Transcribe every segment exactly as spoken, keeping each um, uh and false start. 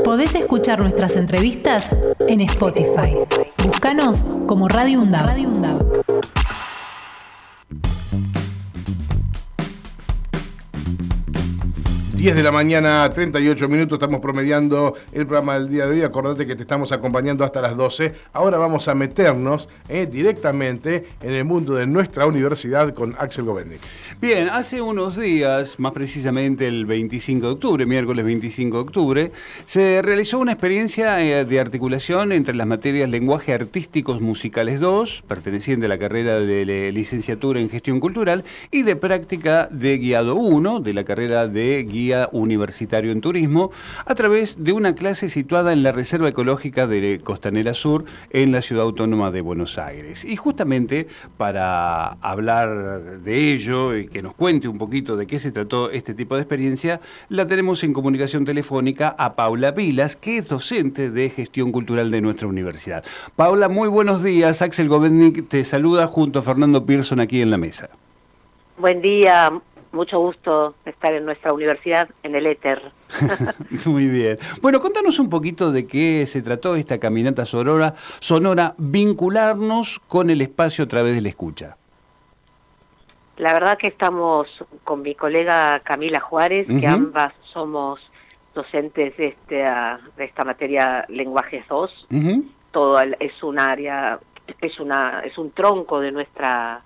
Podés escuchar nuestras entrevistas en Spotify. Búscanos como Radio UNDAB. Radio UNDAB. diez de la mañana, treinta y ocho minutos, estamos promediando el programa del día de hoy. Acordate que te estamos acompañando hasta las doce. Ahora vamos a meternos eh, directamente en el mundo de nuestra universidad con Axel Govendic. Bien, hace unos días, más precisamente el veinticinco de octubre, miércoles veinticinco de octubre, se realizó una experiencia eh, de articulación entre las materias Lenguaje Artísticos Musicales dos, perteneciente a la carrera de licenciatura en Gestión Cultural, y de práctica de Guiado uno, de la carrera de Guía Universitario en Turismo, a través de una clase situada en la Reserva Ecológica de Costanera Sur en la Ciudad Autónoma de Buenos Aires. Y justamente para hablar de ello y que nos cuente un poquito de qué se trató este tipo de experiencia, la tenemos en comunicación telefónica a Paula Vilas, que es docente de Gestión Cultural de nuestra universidad. Paula, muy buenos días. Axel Govendic te saluda junto a Fernando Pearson aquí en la mesa. Buen día. Mucho gusto estar en nuestra universidad, en el éter. Muy bien. Bueno, contanos un poquito de qué se trató esta caminata sonora, sonora, vincularnos con el espacio a través de la escucha. La verdad que estamos con mi colega Camila Juárez, uh-huh. que ambas somos docentes de, este, de esta materia Lenguajes dos. Uh-huh. Todo es un área, es una, es un tronco de nuestra,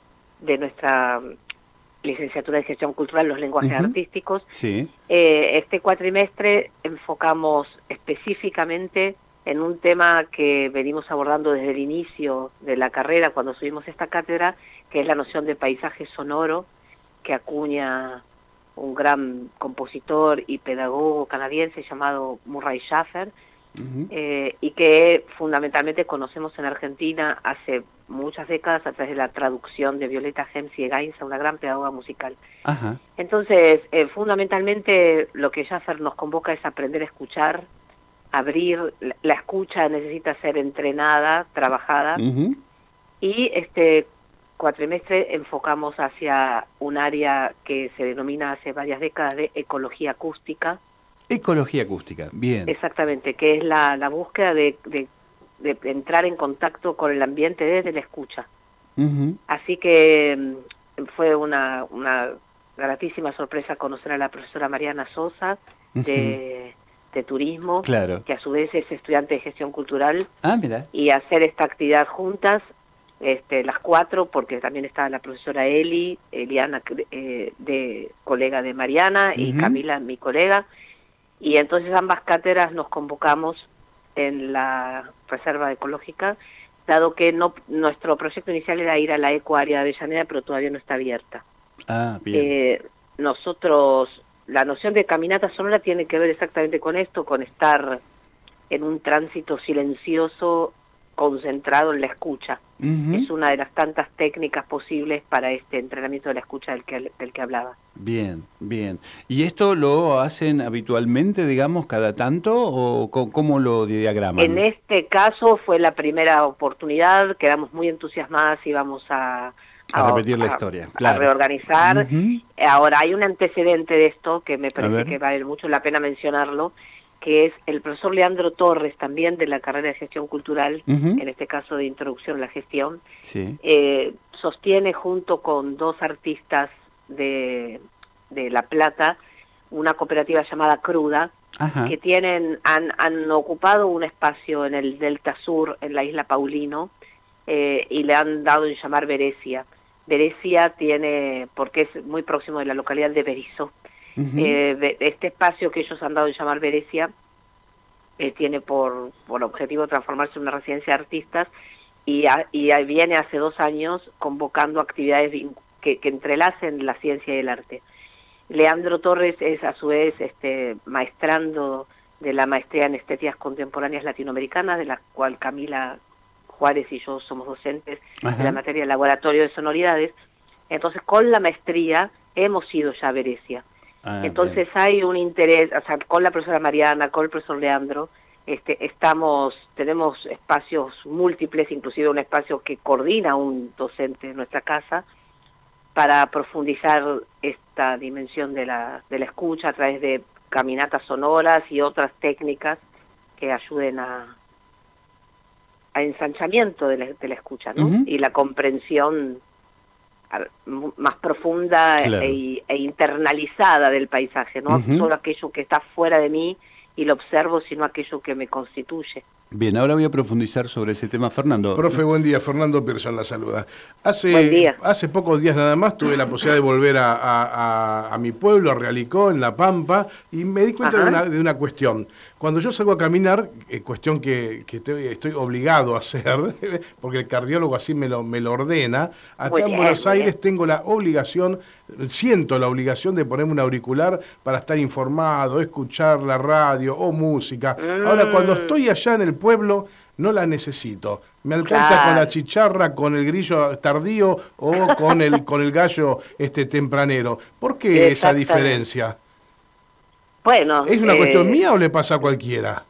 de nuestra licenciatura de Gestión Cultural, los lenguajes uh-huh. artísticos. Sí. Eh, este cuatrimestre enfocamos específicamente en un tema que venimos abordando desde el inicio de la carrera, cuando subimos esta cátedra, que es la noción de paisaje sonoro, que acuña un gran compositor y pedagogo canadiense llamado Murray Schafer, uh-huh. eh, y que fundamentalmente conocemos en Argentina hace muchas décadas a través de la traducción de Violeta Hemsey Gainza, una gran pedagoga musical. Ajá. Entonces, eh, fundamentalmente lo que Schafer nos convoca es aprender a escuchar, abrir, la, la escucha necesita ser entrenada, trabajada, uh-huh. y este cuatrimestre enfocamos hacia un área que se denomina hace varias décadas de ecología acústica. Ecología acústica, bien. Exactamente, que es la, la búsqueda de, de de entrar en contacto con el ambiente desde la escucha. Uh-huh. Así que fue una, una gratísima sorpresa conocer a la profesora Mariana Sosa de, uh-huh. de turismo, claro. que a su vez es estudiante de gestión cultural, ah, mira. y hacer esta actividad juntas, este, las cuatro, porque también estaba la profesora Eli, Eliana, eh, de colega de Mariana, uh-huh. y Camila, mi colega, y entonces ambas cátedras nos convocamos en la Reserva Ecológica, dado que no nuestro proyecto inicial era ir a la Eco Área de Avellaneda, pero todavía no está abierta. Ah, bien. Eh, nosotros, la noción de caminata sonora tiene que ver exactamente con esto, con estar en un tránsito silencioso, concentrado en la escucha. Uh-huh. Es una de las tantas técnicas posibles para este entrenamiento de la escucha del que, del que hablaba. Bien, bien. ¿Y esto lo hacen habitualmente, digamos, cada tanto, o cómo lo diagraman? En este caso fue la primera oportunidad, quedamos muy entusiasmadas y vamos a... A, a repetir la historia, a, claro. A reorganizar. Uh-huh. Ahora, hay un antecedente de esto que me parece que vale mucho la pena mencionarlo, que es el profesor Leandro Torres, también de la carrera de Gestión Cultural, uh-huh. en este caso de Introducción a la Gestión, sí. eh, sostiene junto con dos artistas de, de La Plata una cooperativa llamada Cruda, Ajá. que tienen han, han ocupado un espacio en el Delta Sur, en la isla Paulino, eh, y le han dado en llamar Verecia. Verecia tiene, porque es muy próximo de la localidad de Berisso, Uh-huh. Eh, este espacio que ellos han dado en llamar Verecia eh, tiene por, por objetivo transformarse en una residencia de artistas y, a, y a, viene hace dos años convocando actividades que, que entrelacen la ciencia y el arte. Leandro Torres es a su vez este, maestrando de la maestría en estéticas contemporáneas latinoamericanas, de la cual Camila Juárez y yo somos docentes Ajá. de la materia de laboratorio de sonoridades. Entonces, con la maestría hemos ido ya a Verecia. Ah, Entonces bien. Hay un interés, o sea, con la profesora Mariana, con el profesor Leandro, este, estamos, tenemos espacios múltiples, inclusive un espacio que coordina un docente de nuestra casa, para profundizar esta dimensión de la, de la escucha a través de caminatas sonoras y otras técnicas que ayuden a, a ensanchamiento de la, de la escucha, ¿no? Uh-huh. Y la comprensión a, más profunda claro. e, e internalizada del paisaje, no uh-huh. solo aquello que está fuera de mí y lo observo, sino aquello que me constituye. Bien, ahora voy a profundizar sobre ese tema, Fernando. Profe, buen día. Fernando Pearson la saluda. Hace, buen día. Hace pocos días nada más tuve la posibilidad de volver a, a, a, a mi pueblo, a Realicó, en La Pampa, y me di cuenta de una, de una cuestión. Cuando yo salgo a caminar, eh, cuestión que, que estoy, estoy obligado a hacer, porque el cardiólogo así me lo, me lo ordena, acá bien, en Buenos Aires bien. tengo la obligación, siento la obligación de ponerme un auricular para estar informado, escuchar la radio o música. Mm. Ahora, cuando estoy allá en el pueblo, no la necesito. Me alcanza claro. con la chicharra, con el grillo tardío o con el con el gallo este tempranero. ¿Por qué esa diferencia? Bueno, ¿es una eh, cuestión mía o le pasa a cualquiera?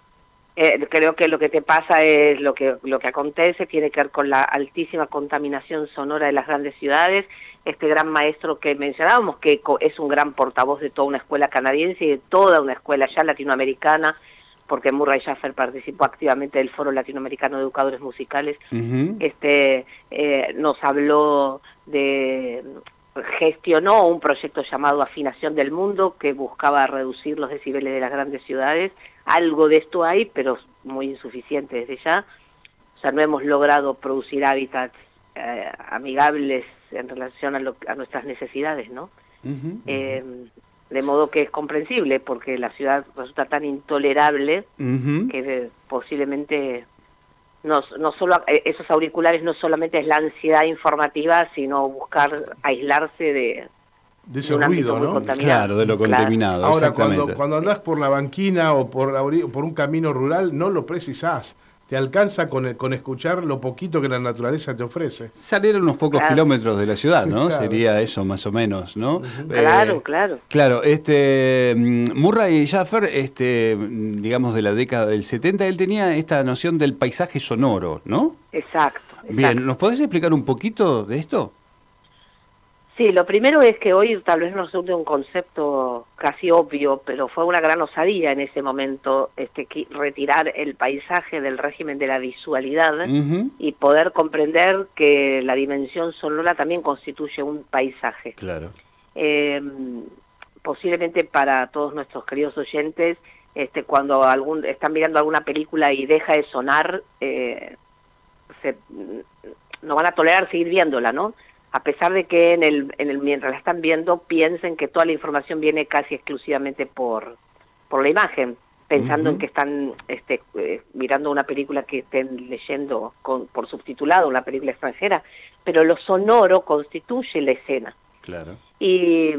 Eh, creo que lo que te pasa es lo que lo que acontece tiene que ver con la altísima contaminación sonora de las grandes ciudades. Este gran maestro que mencionábamos, que es un gran portavoz de toda una escuela canadiense y de toda una escuela ya latinoamericana, porque Murray Schafer participó activamente del Foro Latinoamericano de Educadores Musicales, uh-huh. este eh, nos habló de... gestionó un proyecto llamado Afinación del Mundo, que buscaba reducir los decibeles de las grandes ciudades. Algo de esto hay, pero muy insuficiente desde ya. O sea, no hemos logrado producir hábitats eh, amigables en relación a, lo, a nuestras necesidades, ¿no? Uh-huh. Eh, de modo que es comprensible, porque la ciudad resulta tan intolerable uh-huh. que eh, posiblemente no, no solo esos auriculares no solamente es la ansiedad informativa, sino buscar aislarse de, de ese de ruido, ¿no? Claro, de lo contaminado. Claro. Ahora, cuando, cuando andás por la banquina o por, por un camino rural, no lo precisás. Te alcanza con, con escuchar lo poquito que la naturaleza te ofrece. Salir unos pocos claro. kilómetros de la ciudad, ¿no? Claro. Sería eso más o menos, ¿no? Uh-huh. Claro, eh, claro. Claro, este Murray Schafer, este, digamos de la década del setenta, él tenía esta noción del paisaje sonoro, ¿no? Exacto. exacto. Bien, ¿nos podés explicar un poquito de esto? Sí, lo primero es que hoy tal vez nos resulte un concepto casi obvio, pero fue una gran osadía en ese momento este, retirar el paisaje del régimen de la visualidad uh-huh. y poder comprender que la dimensión sonora también constituye un paisaje. Claro. Eh, posiblemente para todos nuestros queridos oyentes, este, cuando algún, están mirando alguna película y deja de sonar, eh, se, no van a tolerar seguir viéndola, ¿no? A pesar de que en el, en el mientras la están viendo piensen que toda la información viene casi exclusivamente por por la imagen, pensando uh-huh. en que están este, eh, mirando una película que estén leyendo con, por subtitulado, una película extranjera, pero lo sonoro constituye la escena. Claro. Y,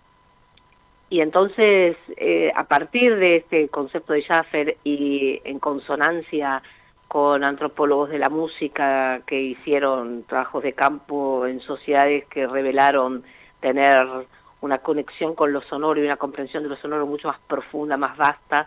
y entonces, eh, a partir de este concepto de Schafer y en consonancia con antropólogos de la música que hicieron trabajos de campo en sociedades que revelaron tener una conexión con lo sonoro y una comprensión de lo sonoro mucho más profunda, más vasta,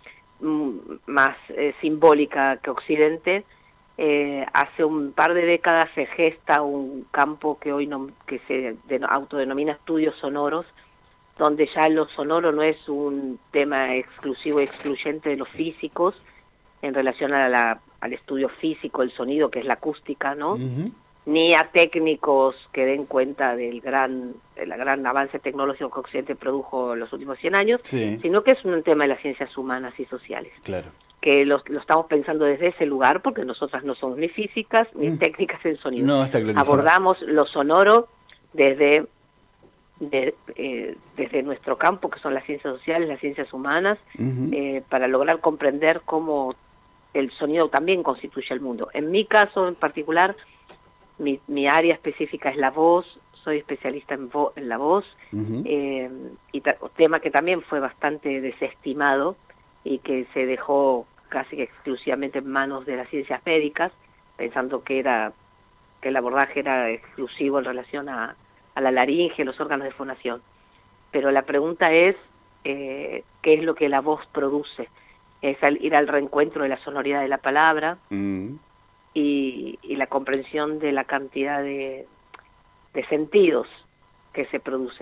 más eh, simbólica que Occidente. Eh, hace un par de décadas se gesta un campo que hoy no, que se de, autodenomina estudios sonoros, donde ya lo sonoro no es un tema exclusivo y excluyente de los físicos, en relación a la, al estudio físico, el sonido, que es la acústica, ¿no? Uh-huh. Ni a técnicos que den cuenta del gran, del gran avance tecnológico que Occidente produjo en los últimos cien años, sí. sino que es un tema de las ciencias humanas y sociales. Claro. Que lo, lo estamos pensando desde ese lugar, porque nosotras no somos ni físicas ni mm. técnicas en sonido. No, está clarísimo. Abordamos lo sonoro desde... De, eh, desde nuestro campo, que son las ciencias sociales, las ciencias humanas, uh-huh. eh, para lograr comprender cómo el sonido también constituye el mundo. En mi caso en particular, mi, mi área específica es la voz, soy especialista en, vo en la voz, uh-huh. eh, y tema que también fue bastante desestimado y que se dejó casi que exclusivamente en manos de las ciencias médicas, pensando que era que el abordaje era exclusivo en relación a a la laringe, los órganos de fonación. Pero la pregunta es, eh, ¿qué es lo que la voz produce? Es al, ir al reencuentro de la sonoridad de la palabra mm. y, y la comprensión de la cantidad de, de sentidos que se producen.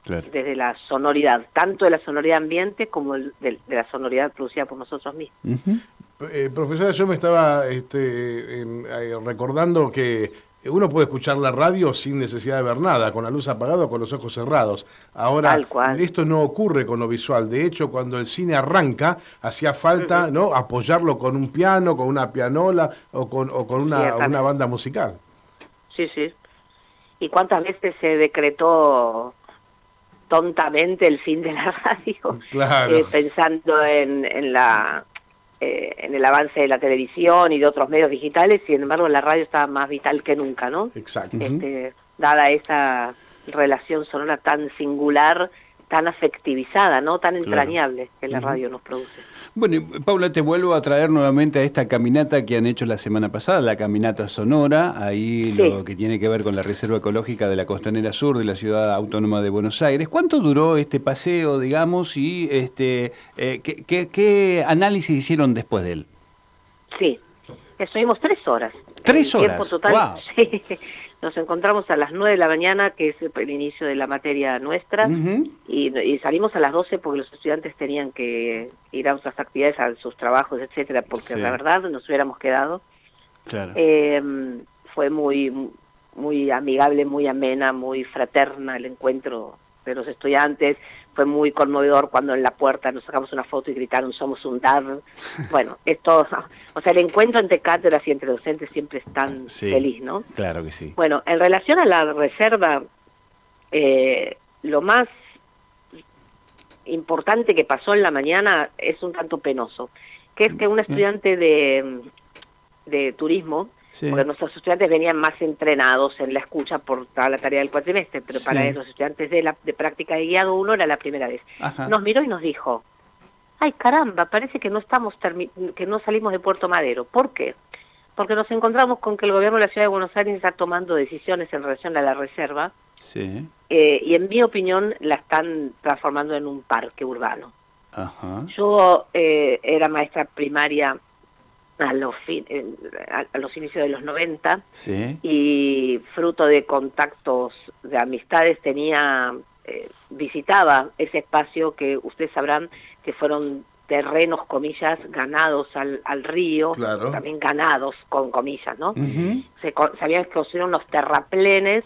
claro. Desde la sonoridad, tanto de la sonoridad ambiente como el, de, de la sonoridad producida por nosotros mismos. Uh-huh. eh, profesora, yo me estaba este, eh, recordando que uno puede escuchar la radio sin necesidad de ver nada, con la luz apagada o con los ojos cerrados. Ahora, esto no ocurre con lo visual. De hecho, cuando el cine arranca, hacía falta uh-huh. ¿no? apoyarlo con un piano, con una pianola o con, o con una, una banda musical. Sí, sí. ¿Y cuántas veces se decretó tontamente el fin de la radio? Claro. Eh, pensando en, en la... Eh, en el avance de la televisión y de otros medios digitales, sin embargo la radio estaba más vital que nunca, ¿no? Exacto. Este, dada esa relación sonora tan singular, tan afectivizada, ¿no? Tan entrañable, claro, que la radio uh-huh. nos produce. Bueno, Paula, te vuelvo a traer nuevamente a esta caminata que han hecho la semana pasada, la caminata sonora, ahí sí. lo que tiene que ver con la Reserva Ecológica de la Costanera Sur de la Ciudad Autónoma de Buenos Aires. ¿Cuánto duró este paseo, digamos, y este eh, ¿qué, qué, qué análisis hicieron después de él? Sí, estuvimos tres horas. ¿Tres horas? Tiempo total, wow. Sí. Nos encontramos a las nueve de la mañana, que es el inicio de la materia nuestra, uh-huh. y, y salimos a las doce porque los estudiantes tenían que ir a otras actividades, a sus trabajos, etcétera, porque sí. la verdad nos hubiéramos quedado. Claro. Eh, fue muy, muy amigable, muy amena, muy fraterna el encuentro de los estudiantes. Fue muy conmovedor cuando en la puerta nos sacamos una foto y gritaron "somos un D A R". Bueno, esto, o sea, el encuentro entre cátedras y entre docentes siempre es tan sí, feliz, ¿no? Claro que sí. Bueno, en relación a la reserva, eh, lo más importante que pasó en la mañana es un tanto penoso, que es que un estudiante de, de turismo, sí. porque nuestros estudiantes venían más entrenados en la escucha por toda la tarea del cuatrimestre, pero sí. para los estudiantes de, la, de práctica de guiado uno era la primera vez. Ajá. Nos miró y nos dijo, ay caramba, parece que no estamos que no salimos de Puerto Madero. ¿Por qué? Porque nos encontramos con que el gobierno de la Ciudad de Buenos Aires está tomando decisiones en relación a la reserva, sí. eh, y en mi opinión la están transformando en un parque urbano. Ajá. Yo eh, era maestra primaria a los, fin, a los inicios de los noventa, sí. y fruto de contactos, de amistades, tenía eh, visitaba ese espacio que ustedes sabrán que fueron terrenos, comillas, ganados al, al río, claro. también ganados con comillas, ¿no? Uh-huh. Se, se habían construido unos terraplenes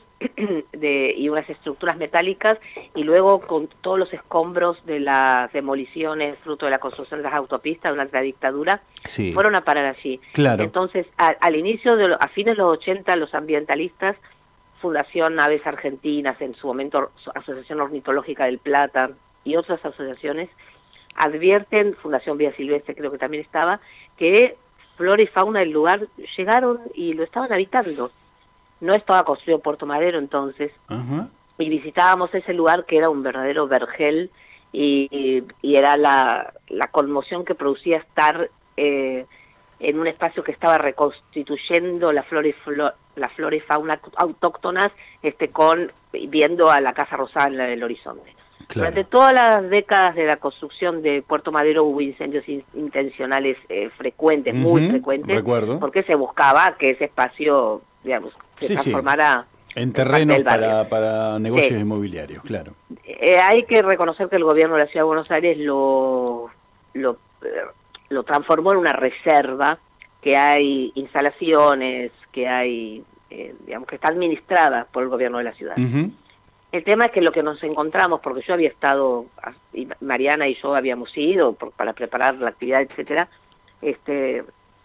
de, y unas estructuras metálicas, y luego con todos los escombros de las demoliciones fruto de la construcción de las autopistas durante la dictadura, sí. fueron a parar allí. Claro. Entonces, a, al inicio, de lo, a fines de los ochenta, los ambientalistas, Fundación Aves Argentinas, en su momento Asociación Ornitológica del Plata y otras asociaciones, advierten, Fundación Vida Silvestre creo que también estaba, que flora y fauna del lugar llegaron y lo estaban habitando. No estaba construido Puerto Madero entonces, uh-huh. y visitábamos ese lugar que era un verdadero vergel, y, y, y era la, la conmoción que producía estar eh, en un espacio que estaba reconstituyendo la flora y, flo, la flora y fauna autóctonas, este, con viendo a la Casa Rosada en el horizonte. Claro. Durante todas las décadas de la construcción de Puerto Madero hubo incendios in intencionales eh, frecuentes, uh-huh, muy frecuentes, recuerdo. Porque se buscaba que ese espacio, digamos, se sí, transformara sí. en terreno para, para negocios sí. inmobiliarios, claro. Eh, hay que reconocer que el gobierno de la Ciudad de Buenos Aires lo, lo, eh, lo transformó en una reserva, que hay instalaciones, que hay, eh, digamos, que está administrada por el gobierno de la ciudad. Uh-huh. El tema es que lo que nos encontramos, porque yo había estado, y Mariana y yo habíamos ido por, para preparar la actividad, etcétera, este,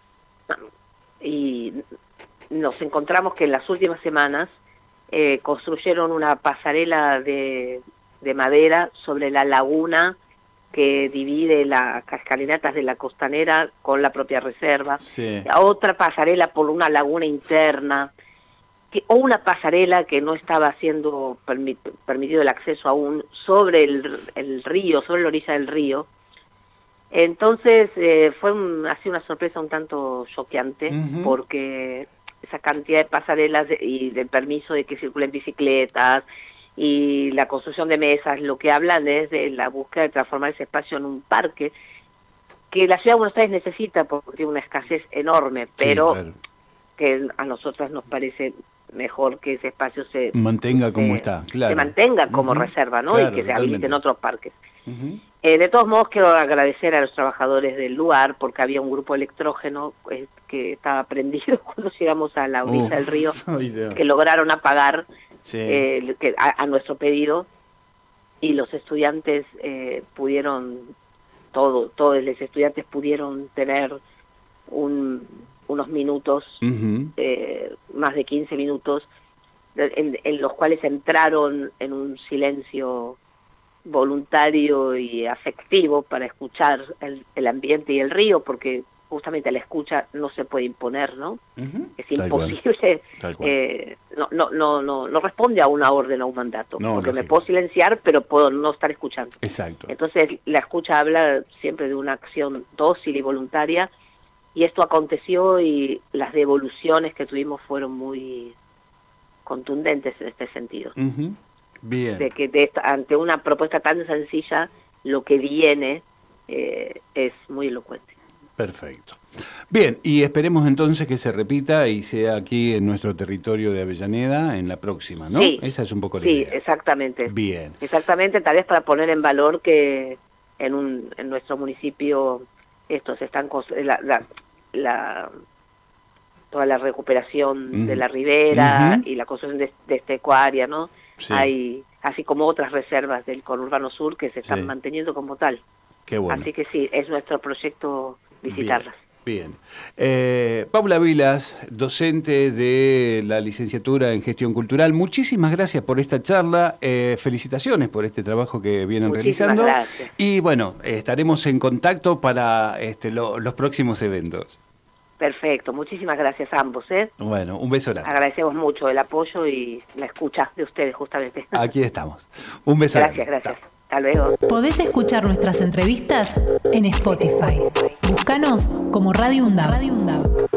y nos encontramos que en las últimas semanas eh, construyeron una pasarela de, de madera sobre la laguna que divide las escalinatas de la Costanera con la propia reserva, sí. otra pasarela por una laguna interna, o una pasarela que no estaba siendo permit, permitido el acceso aún sobre el, el río, sobre la orilla del río. Entonces eh, fue un, así una sorpresa un tanto choqueante, uh-huh. porque esa cantidad de pasarelas de, y del permiso de que circulen bicicletas y la construcción de mesas, lo que hablan es de la búsqueda de transformar ese espacio en un parque que la Ciudad de Buenos Aires necesita porque tiene una escasez enorme, pero sí, claro. que a nosotras nos parece mejor que ese espacio se mantenga como eh, está, claro. se mantenga como uh-huh. reserva, ¿no? Claro, y que se totalmente. habiliten otros parques. Uh-huh. Eh, de todos modos, quiero agradecer a los trabajadores del lugar, porque había un grupo electrógeno eh, que estaba prendido cuando llegamos a la orilla uh, del río, ay, que lograron apagar sí. eh, que, a, a nuestro pedido, y los estudiantes eh, pudieron, todo, todos los estudiantes pudieron tener un, unos minutos, uh-huh. eh, más de quince minutos, en, en los cuales entraron en un silencio voluntario y afectivo para escuchar el, el ambiente y el río, porque justamente la escucha no se puede imponer, ¿no? Uh-huh. Es Tal imposible, eh, no, no, no, no, no responde a una orden o un mandato, no, porque lógico. Me puedo silenciar, pero puedo no estar escuchando. Exacto. Entonces la escucha habla siempre de una acción dócil y voluntaria, y esto aconteció, y las devoluciones que tuvimos fueron muy contundentes en este sentido. Uh-huh. Bien. De que de esta, ante una propuesta tan sencilla, lo que viene eh, es muy elocuente. Perfecto. Bien, y esperemos entonces que se repita y sea aquí en nuestro territorio de Avellaneda en la próxima, ¿no? Sí, esa es un poco la sí, idea. Sí, exactamente. Bien. Exactamente, tal vez para poner en valor que en, un, en nuestro municipio estos están la, la, la toda la recuperación uh-huh. de la ribera uh-huh. y la construcción de, de esta ecuaria, ¿no? Sí. Hay, así como otras reservas del conurbano sur que se están sí. manteniendo como tal. Qué bueno. Así que sí, es nuestro proyecto visitarlas. Bien. bien. Eh, Paula Vilas, docente de la licenciatura en Gestión Cultural, muchísimas gracias por esta charla, eh, felicitaciones por este trabajo que vienen muchísimas realizando. Gracias. Y bueno, eh, estaremos en contacto para este, lo, los próximos eventos. Perfecto, muchísimas gracias a ambos, ¿eh? Bueno, un beso grande. Agradecemos mucho el apoyo y la escucha de ustedes, justamente. Aquí estamos. Un beso gracias, grande. Gracias, gracias. Hasta luego. Podés escuchar nuestras entrevistas en Spotify. Búscanos como Radio UNDAB.